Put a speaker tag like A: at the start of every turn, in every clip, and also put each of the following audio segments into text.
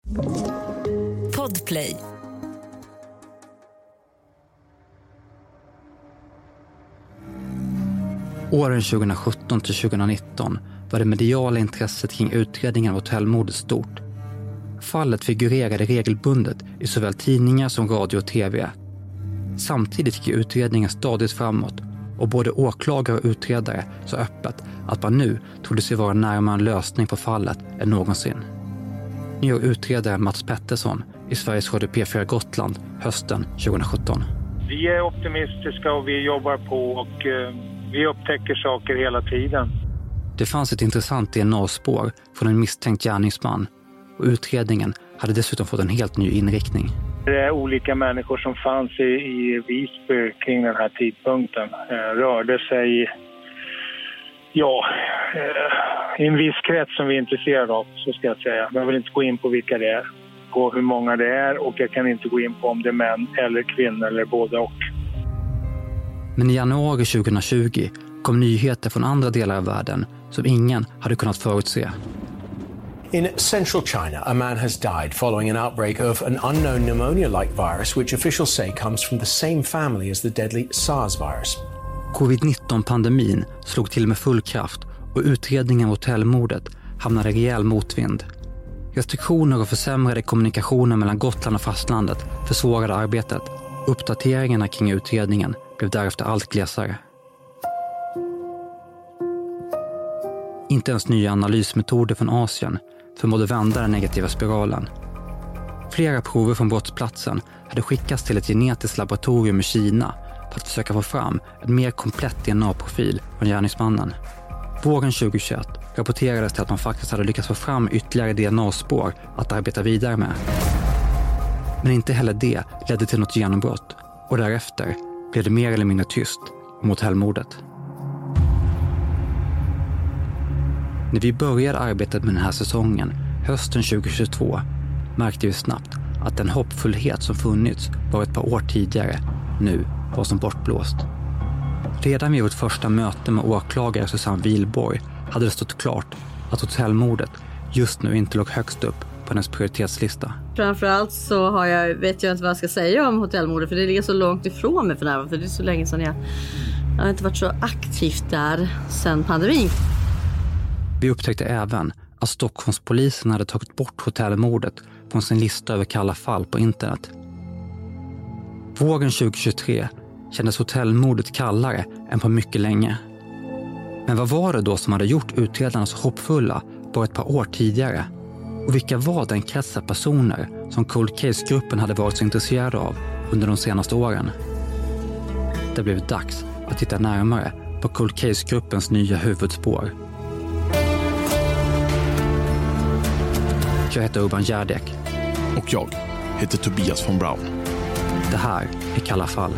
A: Podplay.
B: Åren 2017 till 2019 var det mediala intresset kring utredningen av hotellmordet stort. Fallet figurerade regelbundet i såväl tidningar som radio och tv. Samtidigt gick utredningen stadigt framåt och både åklagare och utredare så öppet att man nu trodde sig vara närmare en lösning på fallet än någonsin. Nu gör utredare Mats Pettersson i Sveriges Radio P4 Gotland hösten 2017.
C: Vi är optimistiska och vi jobbar på och vi upptäcker saker hela tiden.
B: Det fanns ett intressant DNA-spår från en misstänkt gärningsman och utredningen hade dessutom fått en helt ny inriktning.
C: Det är olika människor som fanns i Visby kring den här tidpunkten. Rörde sig i en viss krets som vi är intresserade av, så ska jag säga. Men jag vill inte gå in på vilka det är, på hur många det är, och jag kan inte gå in på om det är män eller kvinnor eller både och.
B: Men i januari 2020 kom nyheter från andra delar av världen som ingen hade kunnat förutse.
D: In central China, a man has died following an outbreak of an unknown pneumonia-like virus, which officials say comes from the same family as the deadly SARS virus.
B: Covid-19-pandemin slog till med full kraft och utredningen av hotellmordet hamnade i rejäl motvind. Restriktioner och försämrade kommunikationer mellan Gotland och fastlandet försvårade arbetet. Uppdateringarna kring utredningen blev därefter allt glesare. Inte ens nya analysmetoder från Asien förmådde vända den negativa spiralen. Flera prover från brottsplatsen hade skickats till ett genetiskt laboratorium i Kina för att försöka få fram en mer komplett DNA-profil från gärningsmannen. Våren 2021 rapporterades det att man faktiskt hade lyckats få fram ytterligare DNA-spår att arbeta vidare med. Men inte heller det ledde till något genombrott och därefter blev det mer eller mindre tyst om hotellmordet. När vi började arbetet med den här säsongen, hösten 2022, märkte vi snabbt att den hoppfullhet som funnits bara ett par år tidigare nu var som bortblåst. Redan vid vårt första möte med åklagare Susanne Wilborg hade det stått klart att hotellmordet just nu inte låg högst upp på hennes prioritetslista.
E: Framförallt så vet jag inte vad jag ska säga om hotellmordet, för det ligger så långt ifrån mig för närvarande, för det är så länge sedan jag har inte varit så aktivt där sedan pandemin.
B: Vi upptäckte även att Stockholmspolisen hade tagit bort hotellmordet från sin lista över kalla fall på internet. Våren 2023 kändes hotellmordet kallare än på mycket länge. Men vad var det då som hade gjort utredarna så hoppfulla bara ett par år tidigare? Och vilka var den krets av personer som Cold Case-gruppen hade varit så intresserad av under de senaste åren? Det blev dags att titta närmare på Cold Case-gruppens nya huvudspår. Jag heter Urban Gärdek.
F: Och jag heter Tobias von Braun.
B: Det här är Kalla fall.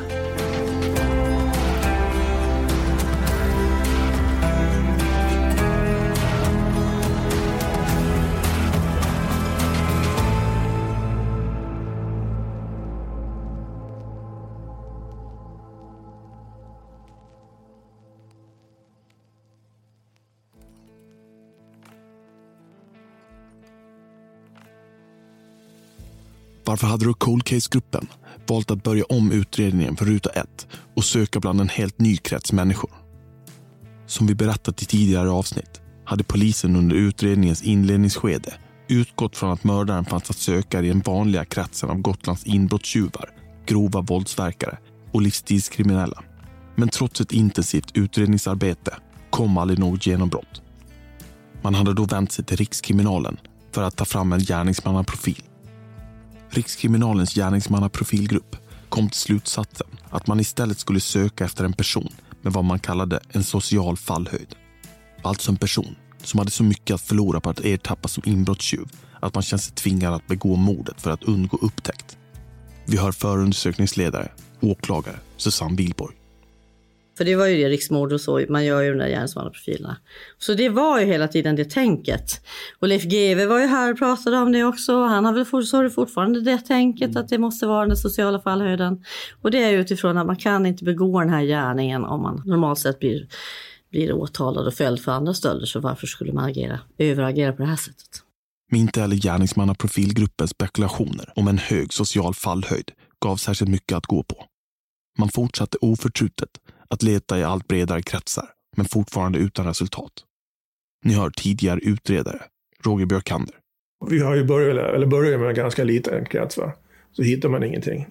F: Varför hade då Cold Case-gruppen valt att börja om utredningen för ruta 1 och söka bland en helt ny krets människor? Som vi berättat i tidigare avsnitt hade polisen under utredningens inledningsskede utgått från att mördaren fanns att söka i den vanliga kretsen av Gotlands inbrottstjuvar, grova våldsverkare och livstidskriminella. Men trots ett intensivt utredningsarbete kom aldrig något genombrott. Man hade då vänt sig till Rikskriminalen för att ta fram en gärningsmannaprofil. Rikskriminalens gärningsmannaprofilgrupp kom till slutsatsen att man istället skulle söka efter en person med vad man kallade en social fallhöjd. Alltså en person som hade så mycket att förlora på att ertappas som inbrottstjuv att man känner sig tvingad att begå mordet för att undgå upptäckt. Vi hör förundersökningsledare, åklagare Susanne Wilborg.
E: För det var ju det riksmord och så, man gör ju de där gärningsmannaprofilerna. Så det var ju hela tiden det tänket. Och Leif GW var ju här och pratade om det också. Han har väl fortfarande det tänket att det måste vara den sociala fallhöjden. Och det är utifrån att man kan inte begå den här gärningen om man normalt sett blir åtalad och fälld för andra stölder. Så varför skulle man överagera på det här sättet?
F: Men inte heller gärningsmannaprofilgruppens spekulationer om en hög social fallhöjd gav särskilt mycket att gå på. Man fortsatte oförtrutet att leta i allt bredare kretsar, men fortfarande utan resultat. Ni hör tidigare utredare, Roger Björkander.
A: Vi har ju börjat med en ganska liten krets, va? Så hittar man ingenting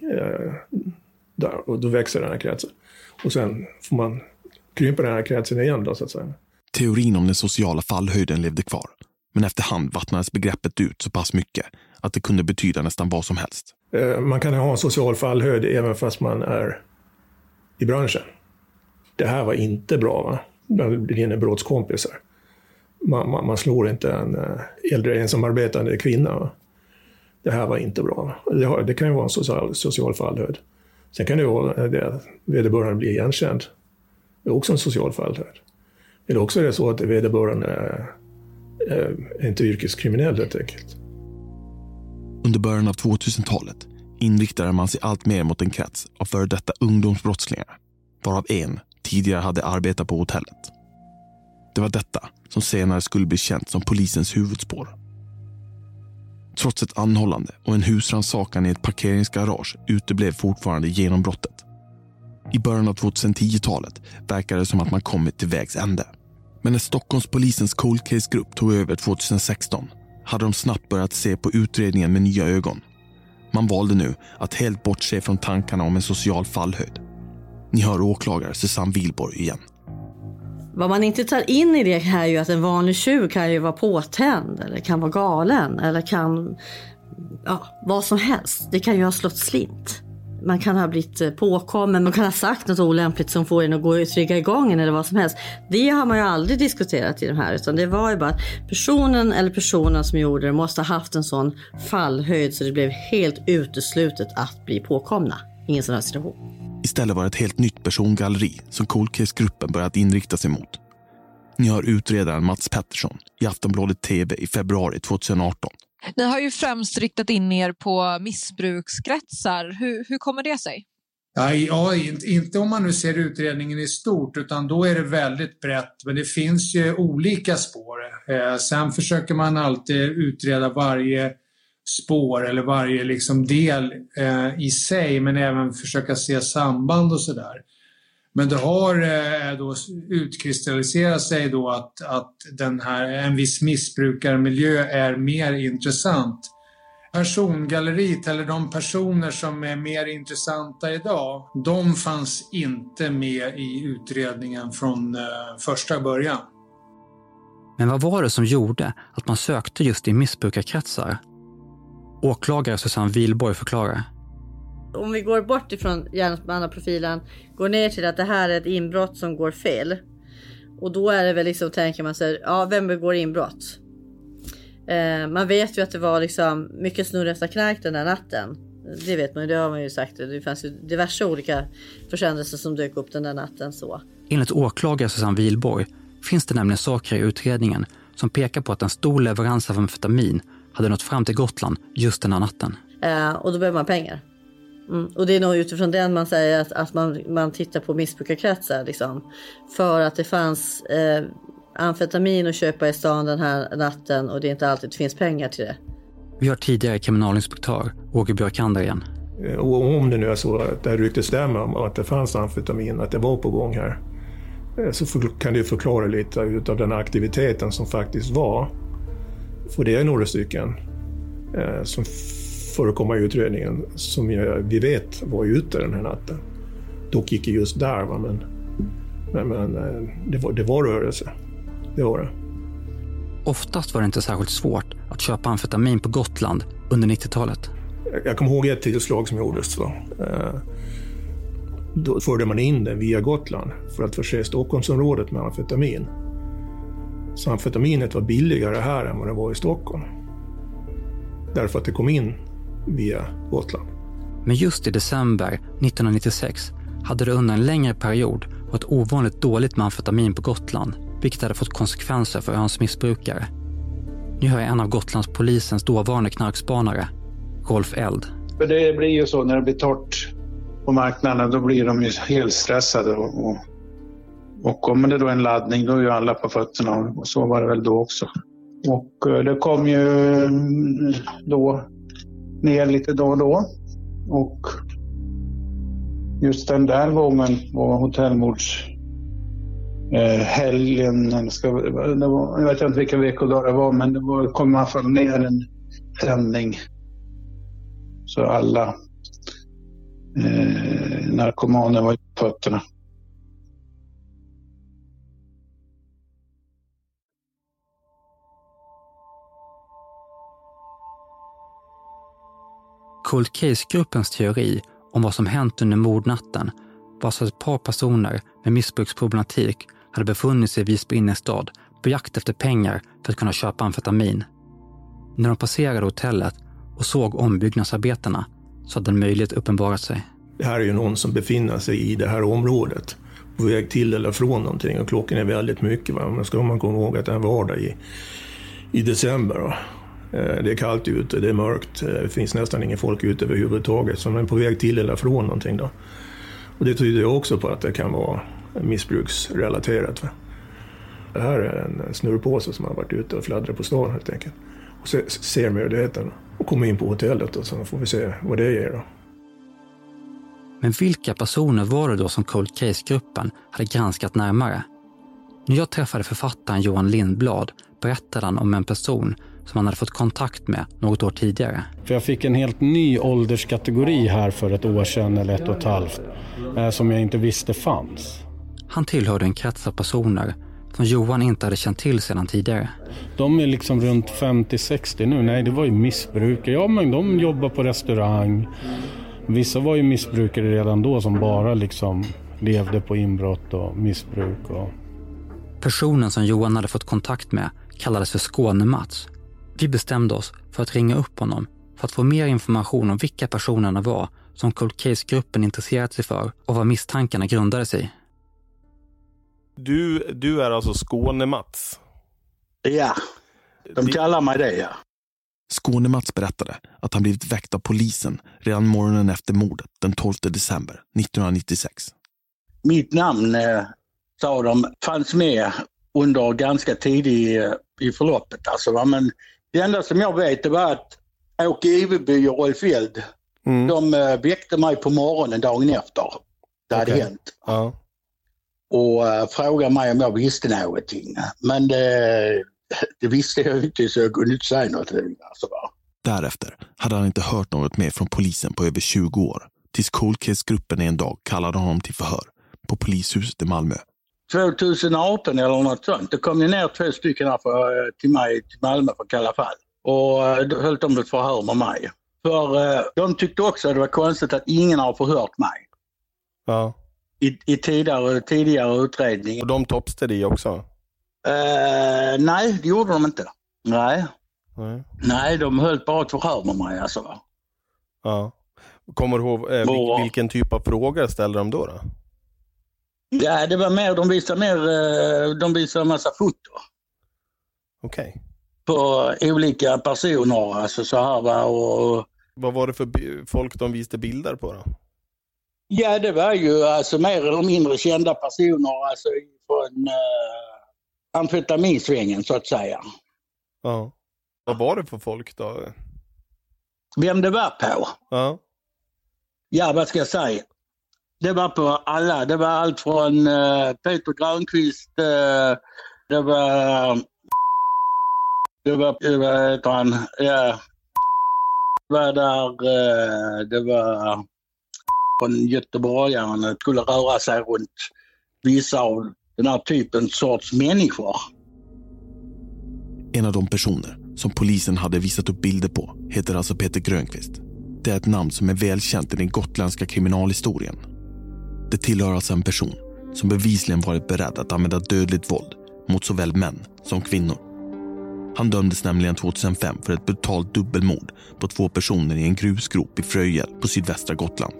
A: där, och då växer den här kretsen. Och sen får man krympa den här kretsen igen då, så att säga.
F: Teorin om den sociala fallhöjden levde kvar, men efterhand vattnades begreppet ut så pass mycket att det kunde betyda nästan vad som helst.
A: Man kan ha en social fallhöjd även fast man är i branschen. Det här var inte bra, va? Bland dina brottskompisar. Man slår inte en äldre ensamarbetande kvinna, va? Det här var inte bra. Det kan ju vara en social fallhöjd. Sen kan det vara det vederbörande blir igenkänd. Det är också en social fallhöjd. Eller också är det så att vederbörande är inte yrkeskriminell helt enkelt.
F: Under början av 2000-talet inriktade man sig allt mer mot en krets av före detta ungdomsbrottslingar, varav en tidigare hade arbetat på hotellet. Det var detta som senare skulle bli känt som polisens huvudspår. Trots ett anhållande och en husrannsakan i ett parkeringsgarage uteblev fortfarande genombrottet. I början av 2010-talet verkade det som att man kommit till vägs ände. Men när Stockholmspolisens cold case-grupp tog över 2016 hade de snabbt börjat se på utredningen med nya ögon. Man valde nu att helt bortse från tankarna om en social fallhöjd. Ni hör åklagare Susanne Wihlborg igen.
E: Vad man inte tar in i det här är ju att en vanlig tjuv kan ju vara påtänd eller kan vara galen eller kan vad som helst. Det kan ju ha slått slint. Man kan ha blivit påkommen, man kan ha sagt något olämpligt som får en att gå och trigga igång eller vad som helst. Det har man ju aldrig diskuterat i de här, utan det var ju bara att personen eller personen som gjorde det måste ha haft en sån fallhöjd så det blev helt uteslutet att bli påkomna. Ingen sån här situation.
F: Istället var det ett helt nytt persongalleri som cold case-gruppen börjat inrikta sig mot. Ni har utredaren Mats Pettersson i Aftonbladet TV i februari 2018.
G: Ni har ju främst riktat in er på missbrukskretsar. Hur kommer det sig?
H: Ja, inte om man nu ser utredningen i stort, utan då är det väldigt brett. Men det finns ju olika spår. Sen försöker man alltid utreda varje spår eller varje liksom del i sig, men även försöka se samband och sådär. Men det har då utkristalliserat sig då att en viss missbrukarmiljö är mer intressant. Persongalleriet eller de personer som är mer intressanta idag, de fanns inte med i utredningen från första början.
B: Men vad var det som gjorde att man sökte just i missbrukarkretsar? Åklagare Susanne Wihlborg förklarar.
E: Om vi går bort ifrån gärningsmannaprofilen, går ner till att det här är ett inbrott som går fel. Och då är det väl liksom, tänker man sig, vem begår inbrott? Man vet ju att det var liksom mycket snurr efter knark den där natten. Det vet man ju, det har man ju sagt. Det fanns ju diverse olika försändelser som dök upp den där natten så.
B: Enligt åklagare Susanne Wihlborg finns det nämligen saker i utredningen som pekar på att en stor leverans av amfetamin hade nått fram till Gotland just den här natten. Och då behöver man pengar. Och det är nog utifrån den man säger att man tittar på missbrukarkretsar liksom. För att det fanns amfetamin att köpa i stan den här natten och det är inte alltid det finns pengar till det. Vi har tidigare kriminalinspektör Roger Björkander igen.
A: Och om det nu är så att det här ryktet stämmer om att det fanns amfetamin, att det var på gång här, så kan det förklara lite utav den aktiviteten som faktiskt var. För det är några stycken som förekommer i utredningen som vi vet var ute den här natten. Dock gick just där, va? Men det var rörelse. Det var det.
B: Oftast var det inte särskilt svårt att köpa amfetamin på Gotland under 90-talet.
A: Jag kommer ihåg ett tillslag som gjordes. Då förde man in den via Gotland för att förse Stockholmsområdet med amfetamin. Så amfetaminet var billigare här än vad det var i Stockholm. Därför att det kom in via Gotland.
B: Men just i december 1996 hade det under en längre period varit ovanligt dåligt med amfetamin på Gotland, vilket hade fått konsekvenser för öns missbrukare. Nu hör jag en av Gotlandspolisens dåvarande knarkspanare, Rolf Eld.
I: Det blir ju så när det blir torrt på marknaden, då blir de ju helt stressade och kommer det då en laddning, då är ju alla på fötterna, och så var det väl då också. Och det kom ju då ner lite då och då. Och just den där gången var hotellmords helgen, jag vet inte vilken veckodag det var, men det kom i alla fall ner en sändning. Så alla narkomaner var på fötterna.
B: Cold Case-gruppens teori om vad som hänt under mordnatten var så att ett par personer med missbruksproblematik hade befunnit sig i Visby innerstad på jakt efter pengar för att kunna köpa amfetamin. När de passerade hotellet och såg ombyggnadsarbetena så hade en möjlighet uppenbarat sig.
A: Det här är ju någon som befinner sig i det här området på väg till eller från någonting, och klockan är väldigt mycket. Men ska man komma ihåg att det är en vardag i december. Va? Det är kallt ute, det är mörkt, det finns nästan ingen folk ute överhuvudtaget, så man är på väg till eller från någonting då. Och det tyder ju också på att det kan vara missbruksrelaterat. Va? Det här är en snurrpåse som har varit ute och fladdrat på stan helt enkelt. Och ser möjligheten och kommer in på hotellet, och så får vi se vad det ger då.
B: Men vilka personer var det då som Cold Case-gruppen hade granskat närmare? När jag träffade författaren Johan Lindblad berättade han om en person som han hade fått kontakt med något år tidigare.
J: För jag fick en helt ny ålderskategori här för ett år sedan eller 1,5 som jag inte visste fanns.
B: Han tillhörde en krets av personer som Johan inte hade känt till sedan tidigare.
J: De är liksom runt 50-60 nu. Nej, det var ju missbrukare. Ja, men de jobbar på restaurang. Vissa var ju missbrukare redan då som bara liksom levde på inbrott och missbruk.
B: Personen som Johan hade fått kontakt med kallades för Skåne-Mats. Vi bestämde oss för att ringa upp honom för att få mer information om vilka personerna var som Cold Case-gruppen intresserat sig för och vad misstankarna grundade sig i.
K: Du är alltså Skåne-Mats?
L: Ja, de kallar mig det, ja.
F: Skåne-Mats berättade att han blivit väckt av polisen redan morgonen efter mordet den 12 december 1996.
L: Mitt namn, sa de, fanns med under ganska tidigt i förloppet. Alltså, men det enda som jag vet var att Åke Iveby och Rolf Eld, de väckte mig på morgonen dagen efter. Det hade hänt.
K: Ja.
L: Och frågade mig om jag visste någonting. Men det visste jag inte, så jag kunde inte säga något. Alltså.
F: Därefter hade han inte hört något mer från polisen på över 20 år. Tills Cold Case-gruppen en dag kallade honom till förhör på polishuset i Malmö.
L: 2018 eller något sånt. Det kom ju ner 2 stycken här till mig till Malmö för kalla fall. Och då höll de ett förhör med mig. För de tyckte också att det var konstigt att ingen har förhört mig.
K: Ja.
L: I tidigare utredning.
K: Och de topste det också?
L: Nej, det gjorde de inte. Nej, de höll bara ett förhör med mig. Alltså.
K: Ja. Kommer du ihåg vilken typ av frågor ställde de då?
L: Ja, det var mer, de visade en massa foto.
K: Okej.
L: På olika personer, alltså så här va, och...
K: Vad var det för folk de visade bilder på då?
L: Ja, det var ju alltså mer eller mindre kända personer, alltså från amfetaminsvängen så att säga.
K: Ja. Vad var det för folk då?
L: Vem det var på?
K: Ja.
L: Ja, vad ska jag säga? Det var på alla. Det var allt från Peter Grönqvist, det var han, ja, det var från göteborgaren, det skulle röra sig runt vissa av den här typen sorts människor.
F: En av de personer som polisen hade visat upp bilder på heter alltså Peter Grönqvist. Det är ett namn som är välkänt i den gotländska kriminalhistorien. Det tillhör alltså en person som bevisligen varit beredd att använda dödligt våld mot såväl män som kvinnor. Han dömdes nämligen 2005 för ett brutalt dubbelmord på 2 personer i en grusgrop i Fröjel på sydvästra Gotland.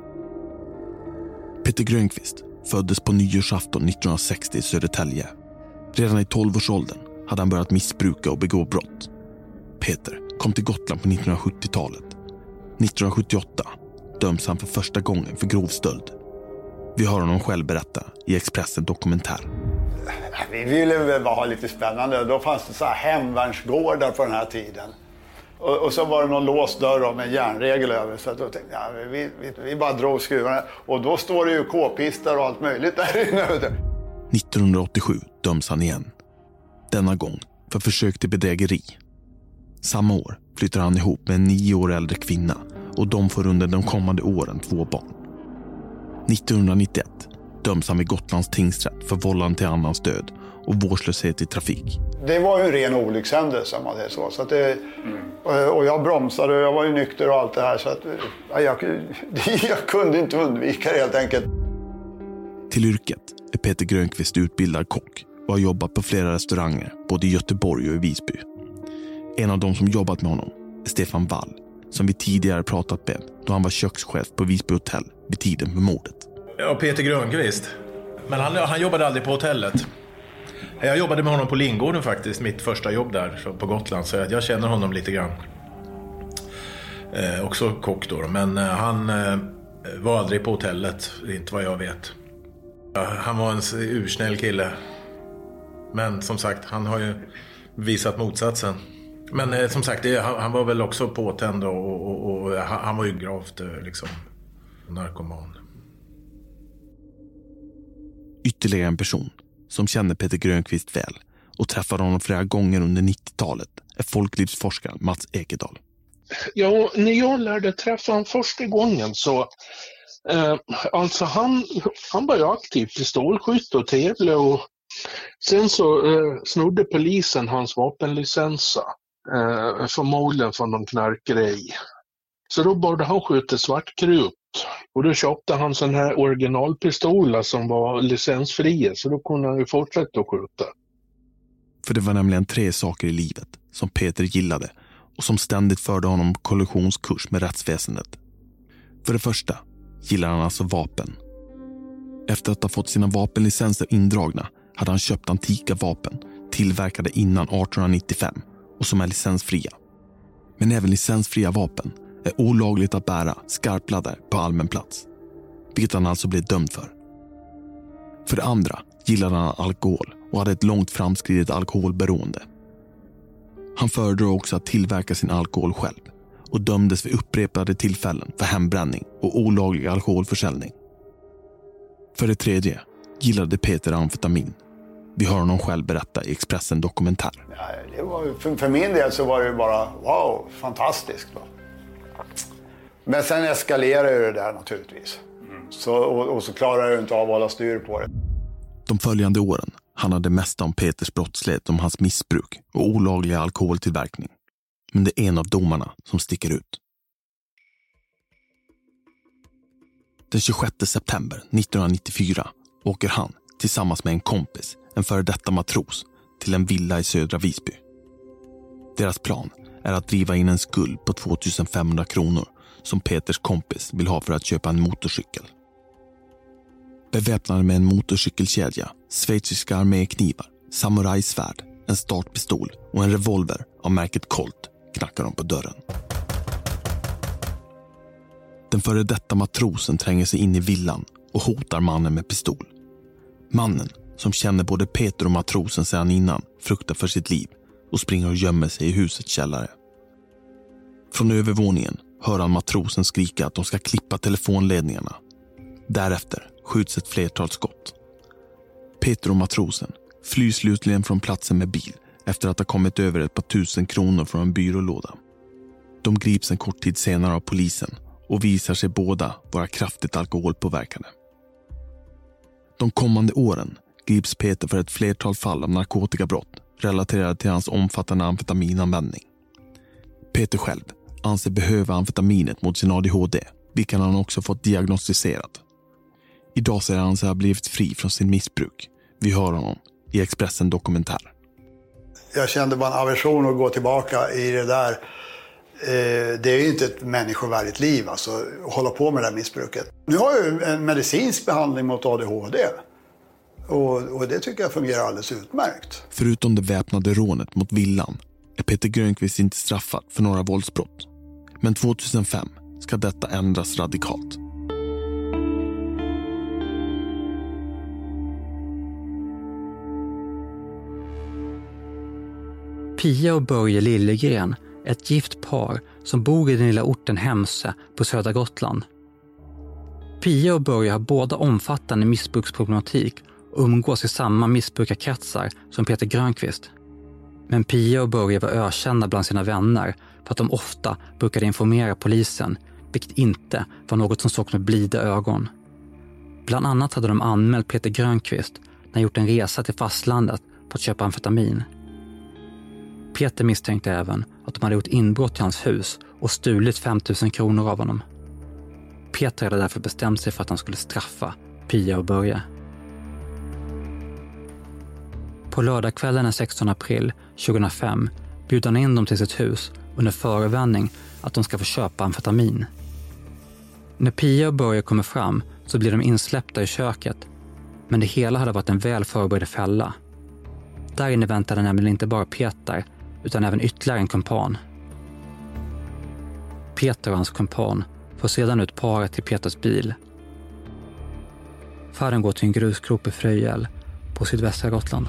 F: Peter Grönqvist föddes på nyårsafton 1960 i Södertälje. Redan i 12-årsåldern hade han börjat missbruka och begå brott. Peter kom till Gotland på 1970-talet. 1978 döms han för första gången för grov stöld. Vi hör honom själv berätta i Expressen Dokumentär.
M: Vi ville väl bara ha lite spännande. Då fanns det så här hemvärnsgårdar på den här tiden. Och så var det någon låst dörr med en järnregel över. Så då tänkte jag, vi bara drog skruvarna. Och då står det ju k-pistar och allt möjligt där inne.
F: 1987 döms han igen. Denna gång för försök till bedrägeri. Samma år flyttar han ihop med en 9 år äldre kvinna. Och de får under de kommande åren 2 barn. 1991 döms han vid Gotlands tingsrätt för vållande till annans död och vårdslöshet i trafik.
M: Det var ju en ren olyckshändelse, om man säger så. Att det, och jag bromsade och jag var ju nykter och allt det här. Så att, jag kunde inte undvika det helt enkelt.
F: Till yrket är Peter Grönqvist utbildad kock och har jobbat på flera restauranger både i Göteborg och i Visby. En av de som jobbat med honom är Stefan Wall, som vi tidigare pratat med då han var kökschef på Visby hotell vid tiden för mordet.
N: Ja, Peter Grönqvist. Men han jobbade aldrig på hotellet. Jag jobbade med honom på Lingården faktiskt, mitt första jobb där på Gotland, så jag känner honom lite grann. Också kock då, men han var aldrig på hotellet, inte vad jag vet. Han var en ursnäll kille. Men som sagt, han har ju visat motsatsen. Men som sagt, han var väl också påtänd och han var ju gravt liksom narkoman.
F: Ytterligare en person som känner Peter Grönqvist väl och träffade honom flera gånger under 90-talet är folklivsforskaren Mats Ekedal.
O: Ja, när jag lärde träffa honom första gången så alltså han var ju aktiv pistolskytt och tävlade och sen så snodde polisen hans vapenlicenser förmodligen från någon knarkgrej. Så då började han skjuta svartkrut. Och då köpte han sån här originalpistoler som var licensfria, så då kunde han ju fortsätta att skjuta.
F: För det var nämligen 3 saker i livet som Peter gillade och som ständigt förde honom på kollisionskurs med rättsväsendet. För det första gillar han alltså vapen. Efter att ha fått sina vapenlicenser indragna hade han köpt antika vapen tillverkade innan 1895 och som är licensfria. Men även licensfria vapen är olagligt att bära skarpladdar på allmän plats, vilket han alltså blev dömd för. För det andra gillade han alkohol och hade ett långt framskridet alkoholberoende. Han föredrog också att tillverka sin alkohol själv och dömdes vid upprepade tillfällen för hembränning och olaglig alkoholförsäljning. För det tredje gillade Peter amfetamin. Vi hör honom själv berätta i Expressen Dokumentär.
M: Ja, det var, för min del så var det bara wow, fantastiskt. Va? Men sen eskalerar det där naturligtvis. Och så klarar jag inte av att hålla styr på det.
F: De följande åren handlade mest om Peters brottslighet, om hans missbruk och olagliga alkoholtillverkning. Men det är en av domarna som sticker ut. Den 26 september 1994 åker han tillsammans med en kompis, en före detta matros, till en villa i södra Visby. Deras plan är att driva in en skuld på 2500 kronor som Peters kompis vill ha för att köpa en motorcykel. Beväpnade med en motorcykelkedja, schweiziska arméknivar, samurajsvärd, en startpistol och en revolver av märket Colt knackar de på dörren. Den före detta matrosen tränger sig in i villan och hotar mannen med pistol. Mannen, som känner både Peter och matrosen sedan innan, fruktar för sitt liv och springer och gömmer sig i husets källare. Från övervåningen hör han matrosen skrika att de ska klippa telefonledningarna. Därefter skjuts ett flertal skott. Peter och matrosen flyr slutligen från platsen med bil efter att ha kommit över ett par 1000 kronor från en byrålåda. De grips en kort tid senare av polisen och visar sig båda vara kraftigt alkoholpåverkade. De kommande åren grips Peter för ett flertal fall av narkotikabrott relaterade till hans omfattande amfetaminanvändning. Peter själv anser behöva amfetaminet mot sin ADHD, vilket han också fått diagnostiserat. Idag säger han sig ha blivit fri från sin missbruk. Vi hör honom i Expressen Dokumentär.
M: Jag kände bara en aversion att gå tillbaka i det där. Det är ju inte ett människovärdigt liv alltså, att hålla på med det här missbruket. Nu har jag ju en medicinsk behandling mot ADHD. Och det tycker jag fungerar alldeles utmärkt.
F: Förutom det väpnade rånet mot villan är Peter Grönqvist inte straffad för några våldsbrott. Men 2005 ska detta ändras radikalt.
B: Pia och Börje Liljegren är ett gift par som bor i den lilla orten Hemse på södra Gotland. Pia och Börje har båda omfattande missbruksproblematik och umgås i samma missbrukarkretsar som Peter Grönqvist. Men Pia och Börje var ökända bland sina vänner för att de ofta brukade informera polisen, vilket inte var något som såg med blida ögon. Bland annat hade de anmält Peter Grönqvist när han gjort en resa till fastlandet för att köpa amfetamin. Peter misstänkte även att de hade gjort inbrott i hans hus och stulit 5 000 kronor av honom. Peter hade därför bestämt sig för att han skulle straffa Pia och Börje. På lördagskvällen den 16 april 2005 bjuder han in dem till sitt hus under förevändning att de ska få köpa amfetamin. När Pia och Börje kommer fram så blir de insläppta i köket, men det hela hade varit en väl förberedd fälla. Där inne väntade nämligen inte bara Peter utan även ytterligare en kumpan. Peter och hans kumpan får sedan ut paret till Peters bil. Färden går till en grusgrop i Fröjel på sydvästra Gotland.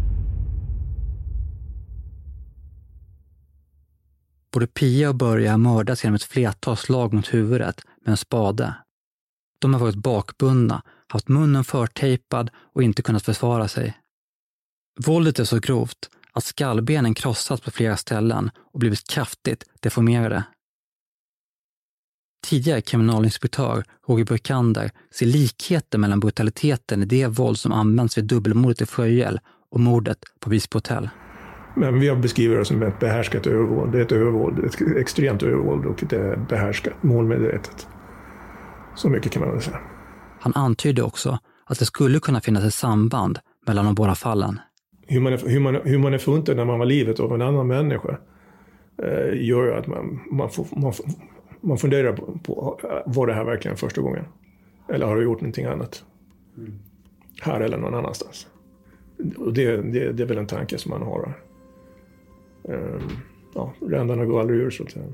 B: Både Pia och Börje har mördats genom ett flertal slag mot huvudet med en spade. De har varit bakbundna, haft munnen förtejpad och inte kunnat försvara sig. Våldet är så grovt att skallbenen krossats på flera ställen och blivit kraftigt deformerade. Tidigare kriminalinspektör Roger Burkander ser likheter mellan brutaliteten i det våld som används vid dubbelmordet i Fröjel och mordet på Visby hotell.
A: Men vi har beskrivit det som ett behärskat övervåld. Det är ett övervåld, ett extremt övervåld och det är behärskat, målmedvetet. Så mycket kan man väl säga.
B: Han antydde också att det skulle kunna finnas ett samband mellan de båda fallen.
A: Hur man är funtad när man var livet av en annan människa gör att man funderar på var det här verkligen första gången? Eller har du gjort någonting annat? Här eller någon annanstans? Och det är väl en tanke som man har. Rändarna går aldrig ur så att säga.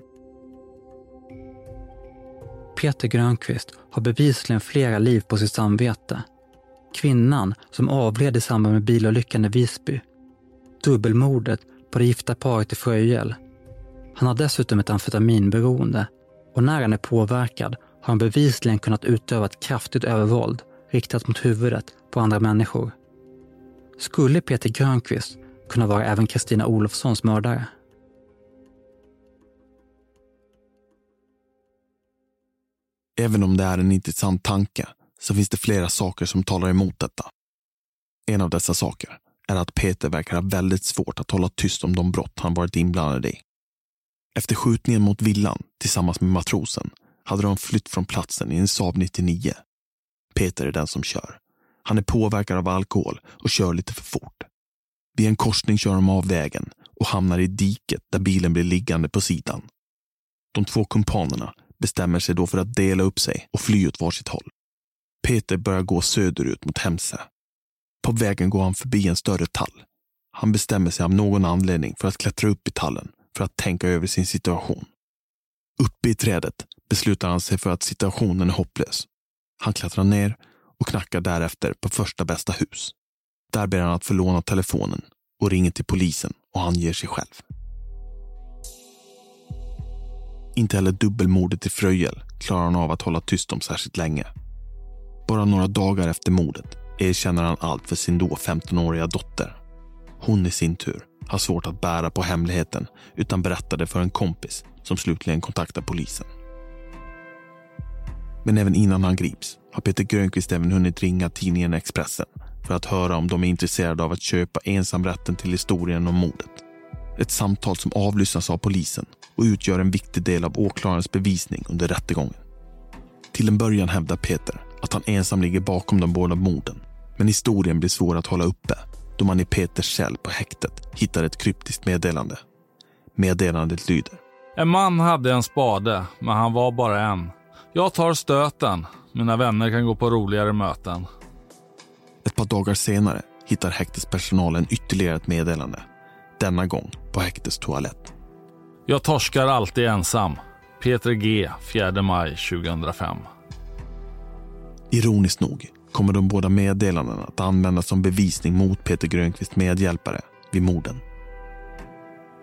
B: Peter Grönqvist har bevisligen flera liv på sitt samvete. Kvinnan som avled i samband med bilolyckan i Visby. Dubbelmordet på det gifta paret i Fröjel. Han har dessutom ett amfetaminberoende och när han är påverkad har han bevisligen kunnat utöva ett kraftigt övervåld riktat mot huvudet på andra människor. Skulle Peter Grönqvist kunna vara även Kristina Olofssons mördare?
F: Även om det är en intressant tanke så finns det flera saker som talar emot detta. En av dessa saker är att Peter verkar ha väldigt svårt att hålla tyst om de brott han varit inblandad i. Efter skjutningen mot villan tillsammans med matrosen hade de flytt från platsen i en Saab 99. Peter är den som kör. Han är påverkad av alkohol och kör lite för fort. Vid en korsning kör de av vägen och hamnar i diket där bilen blir liggande på sidan. De två kumpanerna bestämmer sig då för att dela upp sig och fly åt varsitt håll. Peter börjar gå söderut mot Hemse. På vägen går han förbi en större tall. Han bestämmer sig av någon anledning för att klättra upp i tallen för att tänka över sin situation. Uppe i trädet beslutar han sig för att situationen är hopplös. Han klättrar ner och knackar därefter på första bästa hus. Där ber han att få låna telefonen och ringer till polisen och han ger sig själv. Inte heller dubbelmordet i Fröjel klarar han av att hålla tyst om särskilt länge. Bara några dagar efter mordet erkänner han allt för sin då 15-åriga dotter. Hon i sin tur har svårt att bära på hemligheten utan berättade för en kompis som slutligen kontaktar polisen. Men även innan han grips har Peter Grönqvist även hunnit ringa tidningen Expressen för att höra om de är intresserade av att köpa ensamrätten till historien om mordet. Ett samtal som avlyssnas av polisen och utgör en viktig del av åklagarens bevisning under rättegången. Till en början hävdar Peter att han ensam ligger bakom de båda morden, men historien blir svår att hålla uppe då man i Peters cell på häktet hittar ett kryptiskt meddelande. Meddelandet lyder:
P: En man hade en spade, men han var bara en. Jag tar stöten. Mina vänner kan gå på roligare möten.
F: Ett par dagar senare hittar häktespersonalen ytterligare ett meddelande. Denna gång på häktets toalett.
P: Jag torskar alltid ensam. Peter G. 4 maj 2005.
F: Ironiskt nog kommer de båda meddelandena att användas som bevisning mot Peter Grönqvist medhjälpare vid morden.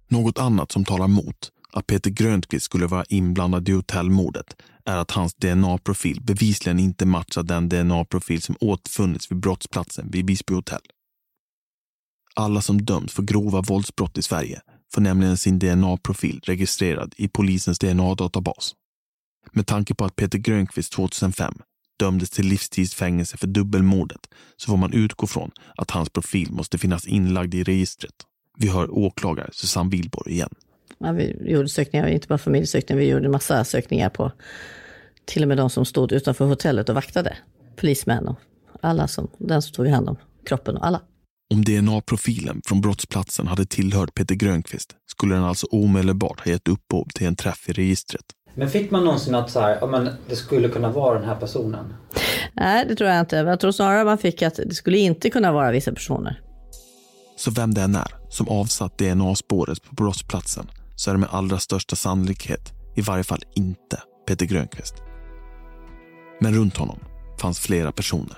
F: Något annat som talar emot att Peter Grönqvist skulle vara inblandad i hotellmordet är att hans DNA-profil bevisligen inte matchar den DNA-profil som återfunnits vid brottsplatsen vid Visby hotell. Alla som döms för grova våldsbrott i Sverige får nämligen sin DNA-profil registrerad i polisens DNA-databas. Med tanke på att Peter Grönqvist 2005 dömdes till livstidsfängelse för dubbelmordet så får man utgå från att hans profil måste finnas inlagd i registret. Vi hör åklagare Susanne Wihlborg igen.
E: Ja, vi gjorde sökningar, inte bara familjesökningar, vi gjorde massa sökningar på till och med de som stod utanför hotellet och vaktade. Polismän och alla den som tog hand om kroppen och alla.
F: Om DNA-profilen från brottsplatsen hade tillhört Peter Grönqvist skulle den alltså omedelbart ha gett upphov till en träff i registret.
B: Men fick man någonsin att det skulle kunna vara den här personen?
E: Nej, det tror jag inte. Jag tror snarare man fick att det skulle inte kunna vara vissa personer.
F: Så vem det än är som avsatt DNA-spåret på brottsplatsen så är det med allra största sannolikhet i varje fall inte Peter Grönqvist. Men runt honom fanns flera personer.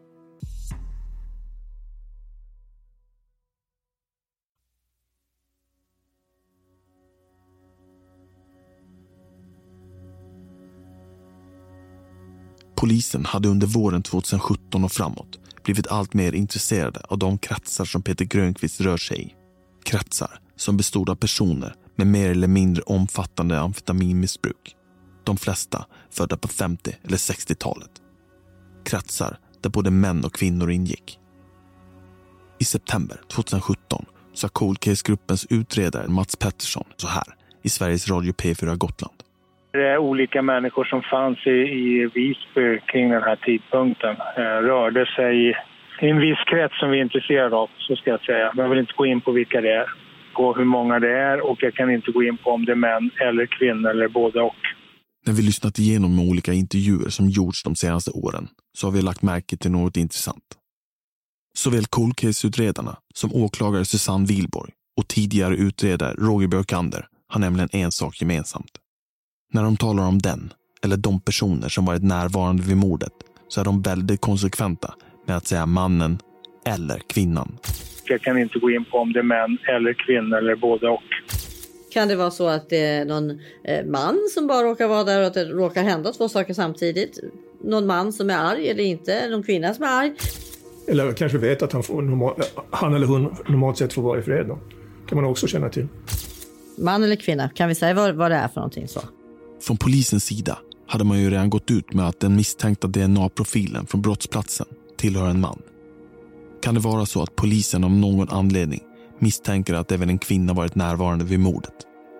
F: Polisen hade under våren 2017 och framåt blivit allt mer intresserade av de kretsar som Peter Grönqvist rör sig i. Kretsar som bestod av personer med mer eller mindre omfattande amfetaminmissbruk. De flesta födda på 50- eller 60-talet. Kretsar där både män och kvinnor ingick. I september 2017 sa Cold Case-gruppens utredare Mats Pettersson så här i Sveriges Radio P4 Gotland.
C: Det är olika människor som fanns i Visby kring den här tidpunkten. Rörde sig i en viss krets som vi är intresserade av, så ska jag säga. Men jag vill inte gå in på vilka det är, på hur många det är, och jag kan inte gå in på om det är män eller kvinnor eller både och.
F: När vi lyssnat igenom olika intervjuer som gjorts de senaste åren så har vi lagt märke till något intressant. Såväl Cold Case-utredarna som åklagare Susanne Wihlborg och tidigare utredare Roger Björkander har nämligen en sak gemensamt. När de talar om den eller de personer som varit närvarande vid mordet så är de väldigt konsekventa med att säga mannen eller kvinnan.
C: Jag kan inte gå in på om det är män eller kvinnor eller både och.
E: Kan det vara så att det är någon man som bara råkar vara där och att det råkar hända två saker samtidigt? Någon man som är arg eller inte? Någon kvinna som är arg?
A: Eller kanske vet att han eller hon normalt sett får vara i fred då. Kan man också känna till.
E: Man eller kvinna, kan vi säga vad det är för någonting så?
F: Från polisens sida hade man ju redan gått ut med att den misstänkta DNA-profilen från brottsplatsen tillhör en man. Kan det vara så att polisen av någon anledning misstänker att även en kvinna varit närvarande vid mordet?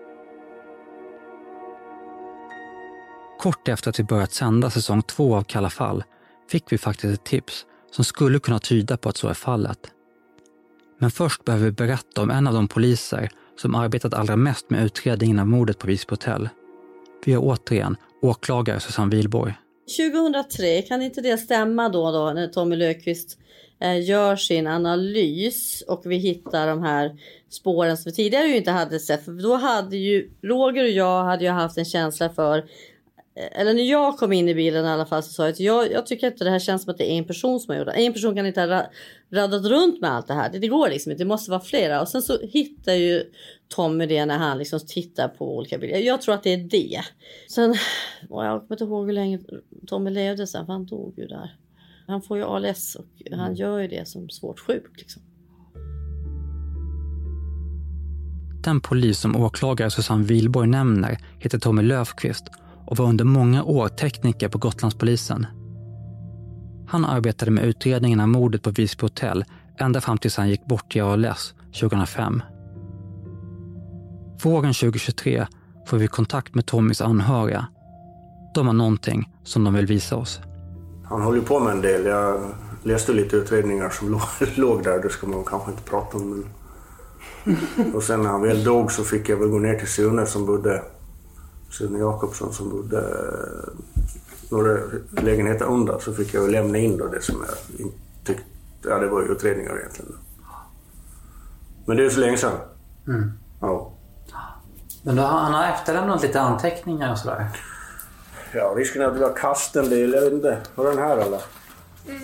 B: Kort efter att vi börjat sända säsong 2 av Kalla fall fick vi faktiskt ett tips som skulle kunna tyda på att så är fallet. Men först behöver vi berätta om en av de poliser som arbetat allra mest med utredningen av mordet på Visby hotell. Vi har återigen åklagare Susanne Wihlborg.
E: 2003, kan inte det stämma då när Tommy Löfqvist gör sin analys och vi hittar de här spåren som vi tidigare ju inte hade sett. För då hade ju Roger och jag hade ju haft en känsla för, eller när jag kom in i bilen i alla fall, så sa jag att jag tycker inte det här känns som att det är en person som har gjort det. En person kan inte ha radat runt med allt det här. Det går liksom inte, det måste vara flera. Och sen så hittar ju Tommy det när han liksom tittar på olika bilder. Jag tror att det är det. Sen, jag kommer inte ihåg hur länge Tommy levde sen, för han dog ju där. Han får ju ALS och han gör ju det som svårt sjuk liksom.
B: Den polis som åklagare Susanne Wihlborg nämner heter Tommy Löfqvist och var under många år tekniker på Gotlandspolisen. Han arbetade med utredningen av mordet på Visby hotell ända fram tills han gick bort i ALS 2005. Våren 2023 får vi kontakt med Tommys anhöriga. De har någonting som de vill visa oss.
Q: Han håller på med en del. Jag läste lite utredningar som låg där. Det ska man kanske inte prata om. Men... Och sen när han väl dog så fick jag väl gå ner till Sune Jakobsson som bodde några lägenheter under, så fick jag lämna in då det som jag tyckte, ja det var ju utredningar egentligen. Men det är ju så länge sedan.
B: Mm.
Q: Ja.
B: Men då, han har efterlämnat lite anteckningar och sådär.
Q: Ja, risken är att det var kasten del, jag vet inte. Var den här eller? Mm.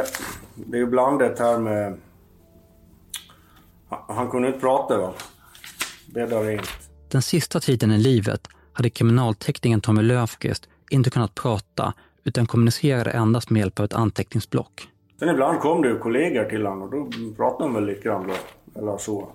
Q: Det är ju blandat här med... Han kunde inte prata va? bäddar rent.
B: Den sista tiden i livet hade kriminalteknikern Tommy Löfqvist inte kunnat prata utan kommunicerade endast med hjälp av ett anteckningsblock.
Q: Sen ibland kom det ju kollegor till honom och då pratade de väl lite grann då, eller så.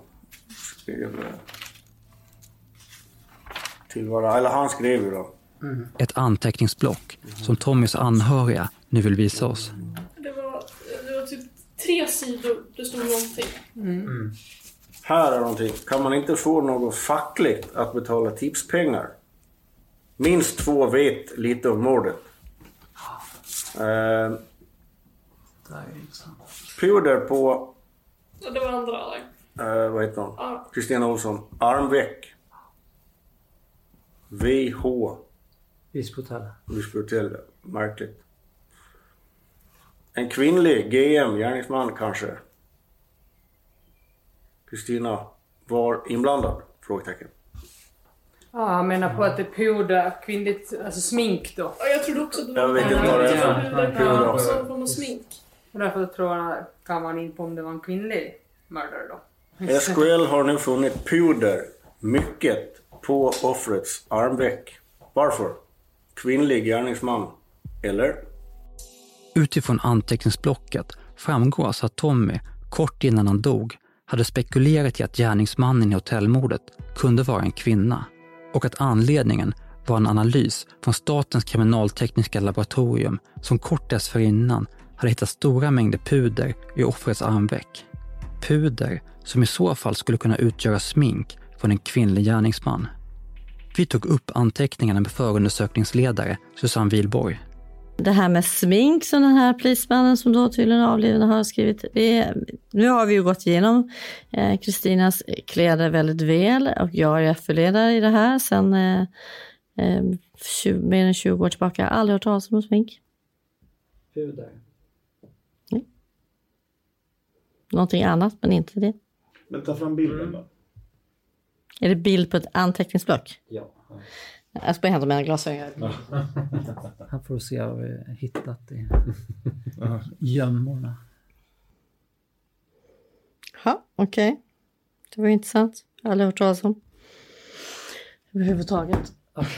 Q: Eller han skrev ju då.
B: Ett anteckningsblock som Tommys anhöriga nu vill visa oss.
R: Det var typ 3 sidor, det stod någonting.
Q: Här är någonting. Kan man inte få något fackligt att betala tipspengar? Minst 2 vet lite om mordet. Puder på...
R: Det var andra där.
Q: Vad heter hon? Kristina Olsson. Armveck. VH. Visbyhotell. Märkligt. En kvinnlig GM, gärningsman kanske. Kristina var inblandad? Frågetecken.
S: Ja, jag menar på att det är puder, kvinnligt, alltså smink då.
R: Ja, jag trodde också att det
Q: var... Jag vet inte vad det är.
R: Puder och så får man smink.
S: Och därför tror jag kan man in på om det var en kvinnlig mördare då.
Q: SKL har nu funnit puder, mycket, på offrets armveck. Varför? Kvinnlig gärningsman. Eller?
B: Utifrån anteckningsblocket framgår alltså att Tommy, kort innan han dog, hade spekulerat i att gärningsmannen i hotellmordet kunde vara en kvinna och att anledningen var en analys från Statens kriminaltekniska laboratorium som kort dessförinnan hade hittat stora mängder puder i offrets armveck. Puder som i så fall skulle kunna utgöra smink från en kvinnlig gärningsman. Vi tog upp anteckningarna med förundersökningsledare Susanne Wilborg.
E: Det här med smink som den här polismannen som då tydligen avlidna har skrivit. Nu har vi ju gått igenom Kristinas kläder väldigt väl och jag är FU-ledare i det här sedan mer än 20 år tillbaka. Jag har aldrig hört talas om smink.
B: Puder.
E: Nej. Någonting annat men inte det.
K: Men ta fram bilden då.
E: Är det bild på ett anteckningsblock?
B: Ja.
E: Jag ska hämta mina glasögon.
B: Här får du se vad vi har hittat i gömmorna.
E: Ja, okej. Det var intressant. Jag har aldrig hört talas om. Överhuvudtaget.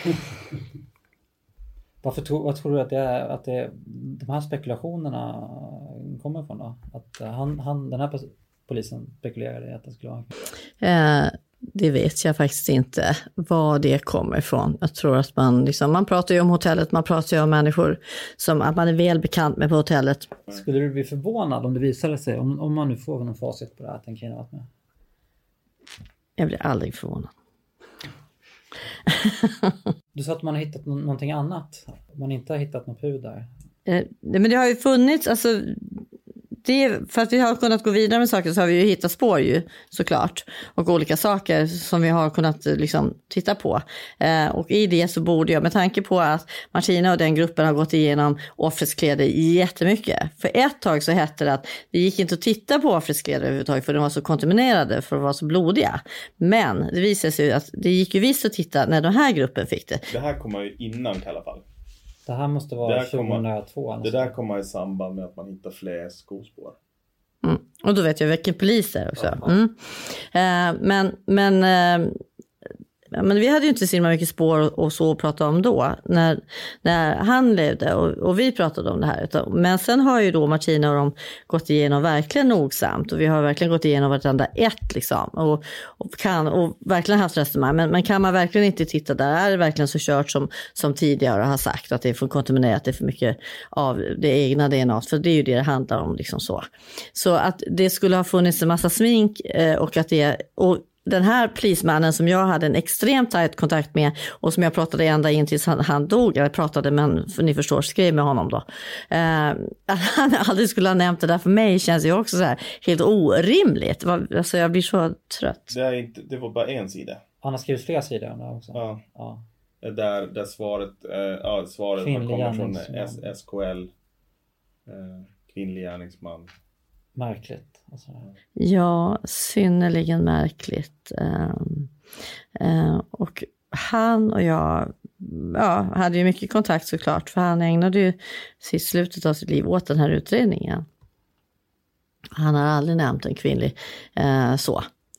B: Vad tror du att de här spekulationerna kommer ifrån då? Att den här polisen spekulerade i att det skulle vara...
E: Det vet jag faktiskt inte var det kommer ifrån. Jag tror att man pratar ju om hotellet, man pratar ju om människor som att man är väl bekant med på hotellet.
B: Skulle du bli förvånad om det visade sig, om man nu får någon facit på det här, tänker jag med?
E: Jag blir aldrig förvånad.
B: Du sa att man har hittat någonting annat. Man inte har hittat något puder.
E: Men det har ju funnits, alltså... för att vi har kunnat gå vidare med saker så har vi ju hittat spår ju såklart och olika saker som vi har kunnat liksom titta på och i det så borde jag med tanke på att Martina och den gruppen har gått igenom offrets kläder jättemycket. För ett tag så hette det att det gick inte att titta på offrets kläder överhuvudtaget för de var så kontaminerade för att vara så blodiga. Men det visade sig att det gick ju visst att titta när den här gruppen fick det.
K: Det här kommer ju innan i alla fall.
B: Det här måste vara 2002.
K: Det där kommer i samband med att man hittar fler skospår.
E: Och då vet jag vilken polis det är också. Men vi hade ju inte så mycket spår och så att prata om då när han levde och vi pratade om det här. Men sen har ju då Martina och de gått igenom verkligen nogsamt och vi har verkligen gått igenom vartenda ett liksom och verkligen haft resonemang. Men kan man verkligen inte titta där är det verkligen så kört som tidigare har sagt att det är för kontaminerat, det är för mycket av det egna DNA, för det är ju det handlar om liksom så att det skulle ha funnits en massa smink och att det och den här polismannen som jag hade en extremt tajt kontakt med och som jag pratade ända in tills han dog, eller pratade men för ni förstår, skrev med honom då. Att han aldrig skulle ha nämnt det där för mig känns ju också så här helt orimligt. Alltså jag blir så trött.
K: Det var bara en sida.
B: Han har skrivit flera sidor om det också.
K: Ja. Där svaret kommer från SKL. Kvinnlig gärningsman.
B: Märkligt. Alltså.
E: Ja, synnerligen märkligt. Och han och jag hade ju mycket kontakt såklart, för han ägnade ju slutet av sitt liv åt den här utredningen. Han har aldrig nämnt en kvinnlig så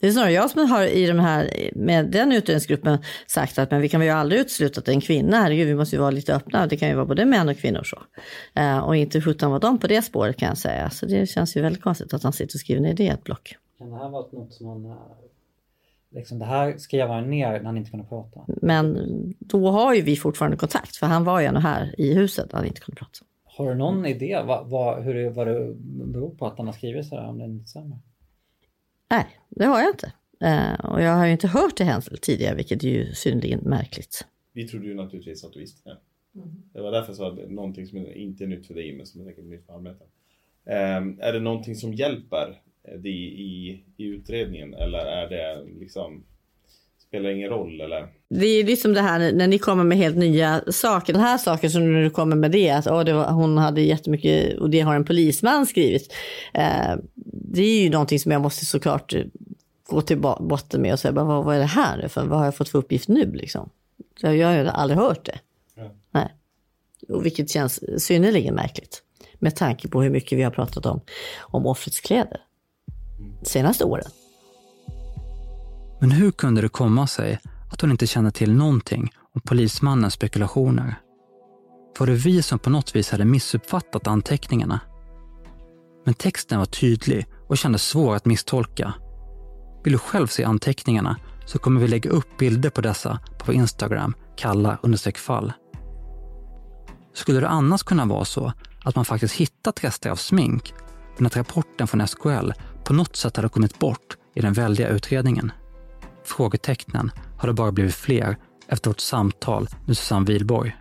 E: Det är snarare jag som har i de här, med den utredningsgruppen sagt att men vi kan ju aldrig utesluta att en kvinna, herregud, vi måste ju vara lite öppna, det kan ju vara både män och kvinnor så. Och inte skjuta vad de på det spåret kan jag säga. Så det känns ju väldigt konstigt att han sitter och skriver ner det i ett block.
B: Kan det här vara något som han, liksom det här skrev han ner när han inte kunde prata?
E: Men då har ju vi fortfarande kontakt, för han var ju ändå här i huset när han inte kunde prata.
B: Har du någon idé vad det beror på att han har skrivit så här, om det inte stämmer?
E: Nej, det har jag inte. Och jag har ju inte hört det hända tidigare, vilket är ju synnerligen märkligt.
T: Vi trodde ju naturligtvis att du visste det. Det var därför så att någonting som inte är nytt för dig, men som är säkert nytt för allmänheten. Är det någonting som hjälper dig i utredningen, eller är det liksom, spelar ingen roll, eller? Det
E: är liksom det här när ni kommer med helt nya saker. Den här saken som du kommer med det, att hon hade jättemycket, och det har en polisman skrivit. Det är ju någonting som jag måste såklart gå till botten med och säga, vad är det här nu? För vad har jag fått för uppgift nu liksom? Jag har ju aldrig hört det. Ja. Nej. Och vilket känns synnerligen märkligt. Med tanke på hur mycket vi har pratat om offrets kläder senaste åren.
B: Men hur kunde det komma sig att hon inte kände till någonting om polismannens spekulationer? Var det vi som på något vis hade missuppfattat anteckningarna? Men texten var tydlig och kändes svår att misstolka. Vill du själv se anteckningarna så kommer vi lägga upp bilder på dessa på vår Instagram, kalla_fall. Skulle det annars kunna vara så att man faktiskt hittat rester av smink, men att rapporten från SKL på något sätt hade kommit bort i den väldiga utredningen? Frågetecknen har det bara blivit fler efter vårt samtal med Susanne Wihlborg.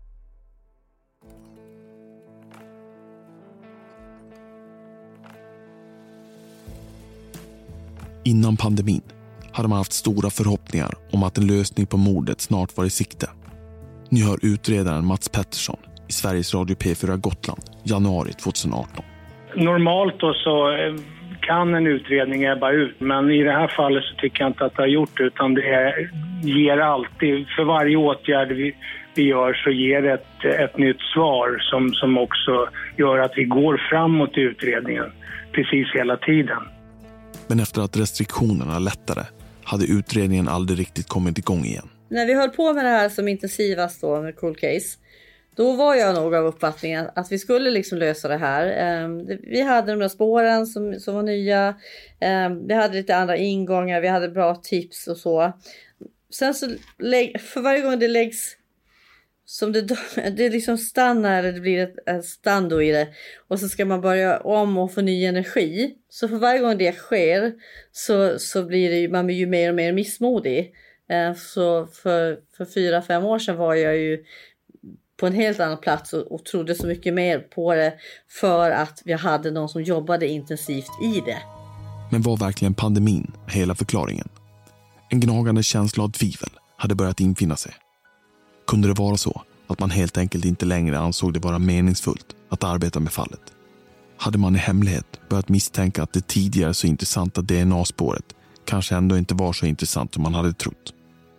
F: Innan pandemin hade man haft stora förhoppningar om att en lösning på mordet snart var i sikte. Nu hör utredaren Mats Pettersson i Sveriges Radio P4 Gotland, januari 2018.
C: Normalt då så kan en utredning ebba ut, men i det här fallet så tycker jag inte att det har gjort det, utan det ger alltid, för varje åtgärd vi gör så ger det ett nytt svar som också gör att vi går framåt i utredningen precis hela tiden.
F: Men efter att restriktionerna lättade hade utredningen aldrig riktigt kommit igång igen.
E: När vi höll på med det här som intensivast då med Cold Case, då var jag nog av uppfattningen att vi skulle liksom lösa det här. Vi hade de där spåren som var nya. Vi hade lite andra ingångar. Vi hade bra tips och så. Sen så för varje gång det läggs som det liksom stannar, eller det blir ett stando i det. Och så ska man börja om och få ny energi. Så för varje gång det sker så blir det ju, man blir ju mer och mer missmodig. Så för 4-5 år sedan var jag ju på en helt annan plats och trodde så mycket mer på det, för att vi hade någon som jobbade intensivt i det.
F: Men var verkligen pandemin hela förklaringen? En gnagande känsla av tvivel hade börjat infinna sig. Kunde det vara så att man helt enkelt inte längre ansåg det vara meningsfullt att arbeta med fallet? Hade man i hemlighet börjat misstänka att det tidigare så intressanta DNA-spåret kanske ändå inte var så intressant som man hade trott?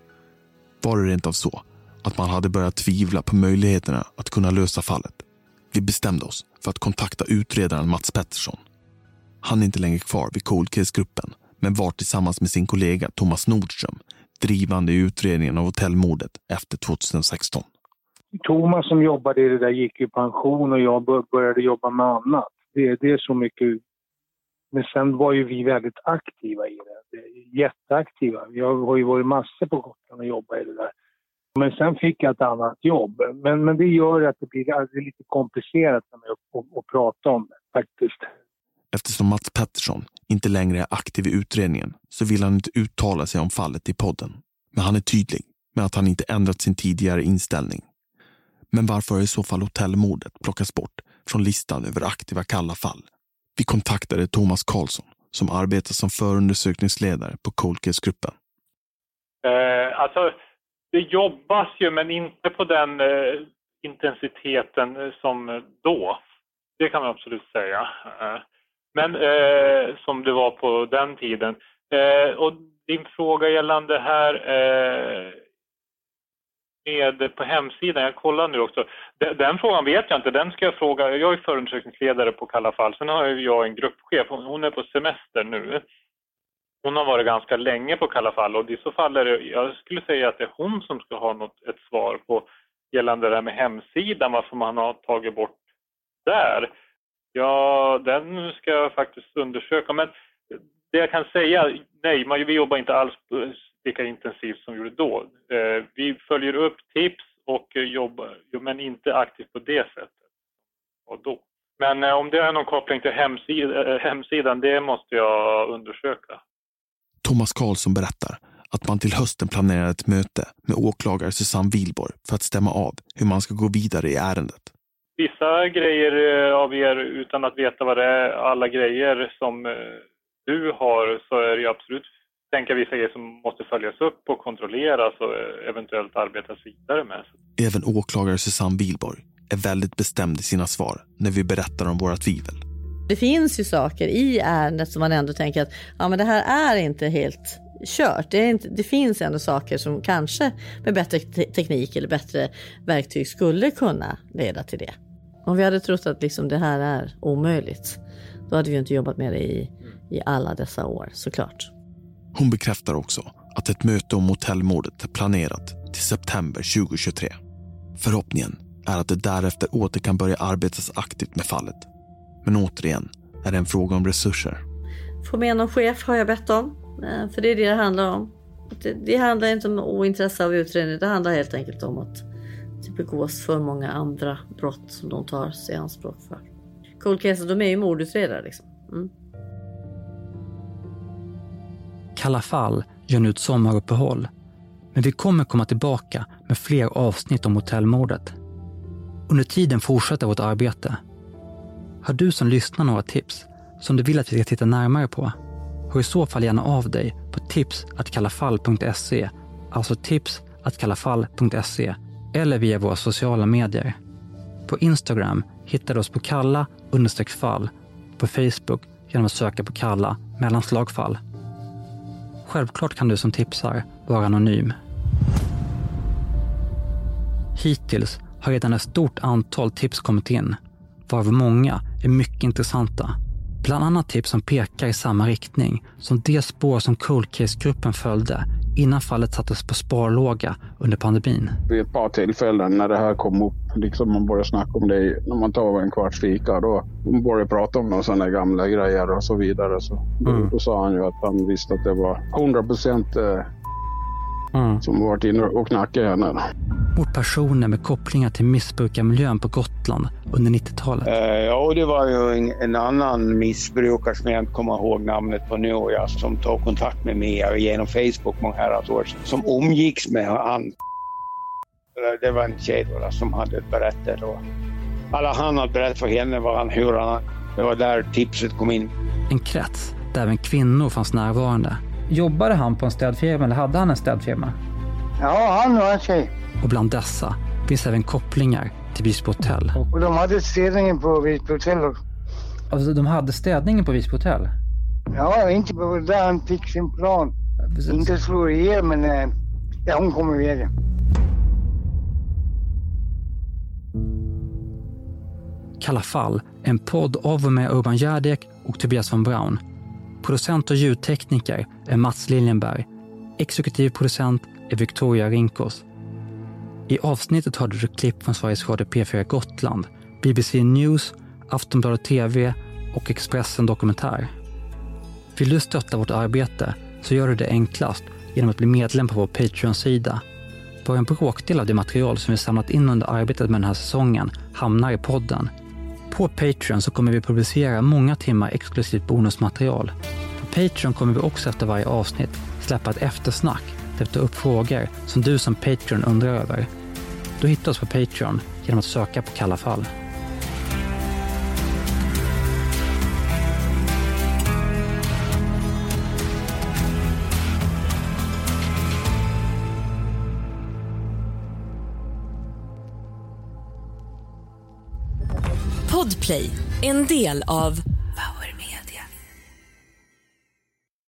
F: Var det rent av så att man hade börjat tvivla på möjligheterna att kunna lösa fallet? Vi bestämde oss för att kontakta utredaren Mats Pettersson. Han är inte längre kvar vid Cold Case-gruppen, men var tillsammans med sin kollega Thomas Nordström drivande i utredningen av hotellmordet efter 2016.
C: Thomas som jobbade i det där gick i pension och jag började jobba med annat. Det är så mycket. Men sen var ju vi väldigt aktiva i det. Jätteaktiva. Jag har ju varit massor på Gotland och jobbat i det där. Men sen fick jag ett annat jobb. Men det gör att det blir lite komplicerat för mig att prata om det faktiskt.
F: Eftersom Mats Pettersson inte längre är aktiv i utredningen så vill han inte uttala sig om fallet i podden. Men han är tydlig med att han inte ändrat sin tidigare inställning. Men varför har i så fall hotellmordet plockats bort från listan över aktiva kalla fall? Vi kontaktade Thomas Karlsson som arbetar som förundersökningsledare på Cold Case-gruppen.
U: Alltså, det jobbas ju, men inte på den intensiteten som då. Det kan man absolut säga. Men som det var på den tiden. Och din fråga gällande här med på hemsidan, jag kollar nu också. Den frågan vet jag inte, den ska jag fråga. Jag är förundersökningsledare på Kalla fall. Sen har jag en gruppchef, hon är på semester nu. hon har varit ganska länge på Kalla fall, och i så fall är det, jag skulle säga att det är hon som ska ha ett svar på gällande det här med hemsidan, varför man har tagit bort där. Ja, den ska jag faktiskt undersöka, men det jag kan säga, nej, vi jobbar inte alls lika intensivt som vi gjorde då. Vi följer upp tips och jobbar, men inte aktivt på det sättet. Och då. Men om det är någon koppling till hemsidan, det måste jag undersöka.
F: Thomas Karlsson berättar att man till hösten planerar ett möte med åklagare Susanne Wihlborg för att stämma av hur man ska gå vidare i ärendet.
U: Vissa grejer av er, utan att veta vad det är, alla grejer som du har, så är det absolut, tänker vissa grejer som måste följas upp och kontrolleras och eventuellt arbetas vidare med.
F: Även åklagare Susanne Wihlborg är väldigt bestämd i sina svar när vi berättar om våra tvivel.
E: Det finns ju saker i ärendet som man ändå tänker att ja, men det här är inte helt kört. Det finns ändå saker som kanske med bättre teknik eller bättre verktyg skulle kunna leda till det. Om vi hade trott att liksom det här är omöjligt, då hade vi inte jobbat med det i alla dessa år, såklart.
F: Hon bekräftar också att ett möte om hotellmordet är planerat till september 2023. Förhoppningen är att det därefter åter kan börja arbetas aktivt med fallet. Men återigen är det en fråga om resurser.
E: Få med någon chef har jag bett om, för det är det handlar om. Det handlar inte om ointresse av utredning, det handlar helt enkelt om att det begås för många andra brott som de tar sig anspråk för. Cold Case, de är ju mordutredare liksom.
B: Kalla fall gör nu ett sommaruppehåll, men vi kommer komma tillbaka med fler avsnitt om hotellmordet. Under tiden fortsätter vårt arbete. Har du som lyssnar några tips som du vill att vi ska titta närmare på? Hör i så fall gärna av dig på tips@kallafall.se, alltså tips@kallafall.se, eller via våra sociala medier. På Instagram hittar du oss på kalla_fall, på Facebook genom att söka på kalla mellanslagfall. Självklart kan du som tipsar vara anonym. Hittills har redan ett stort antal tips kommit in, varav många är mycket intressanta. Bland annat tips som pekar i samma riktning som det spår som Cold Case-gruppen följde innan fallet sattes på sparlåga under pandemin.
I: Vid ett par tillfällen när det här kom upp, liksom man började snacka om det, när man tar en kvarts fika, då började prata om några sådana gamla grejer och så vidare. Då sa han ju att han visste att det var 100% som varit inne och knackade henne.
B: Mot personer med kopplingar till missbrukarmiljön på Gotland under 90-talet.
L: Ja, det var ju en annan missbrukare som jag inte kommer ihåg namnet på nu, som tog kontakt med mig genom Facebook många herrans år, som omgicks med han. Det var en tjej då, som hade berättat. Han hade berättat för henne det var där tipset kom in.
B: En krets där även kvinnor fanns närvarande. Jobbade han på en städfirma eller hade han en städfirma?
D: Ja, han var en tjej.
B: Och bland dessa finns även kopplingar till Visby hotell.
D: Och de hade städningen på Visby hotell.
B: Alltså de hade städningen på Visby hotell?
D: Ja, inte på där han fick sin plan. Inte slå ihjäl, men hon kommer iväg.
B: Kalla fall, en podd av och med Urban Järdek och Tobias von Braun. Producent och ljudtekniker är Mats Liljenberg. Exekutiv producent är Victoria Rinkos. I avsnittet hörde du klipp från Sveriges Radio P4 Gotland, BBC News, Aftonbladet TV och Expressen Dokumentär. Vill du stötta vårt arbete så gör du det enklast genom att bli medlem på vår Patreon-sida. Bara en bråkdel av det material som vi samlat in under arbetet med den här säsongen hamnar i podden. På Patreon så kommer vi publicera många timmar exklusivt bonusmaterial. På Patreon kommer vi också efter varje avsnitt släppa ett eftersnack där vi tar upp frågor som du som Patreon undrar över. Du hittar oss på Patreon genom att söka på Kalla fall.
V: Podplay, en del av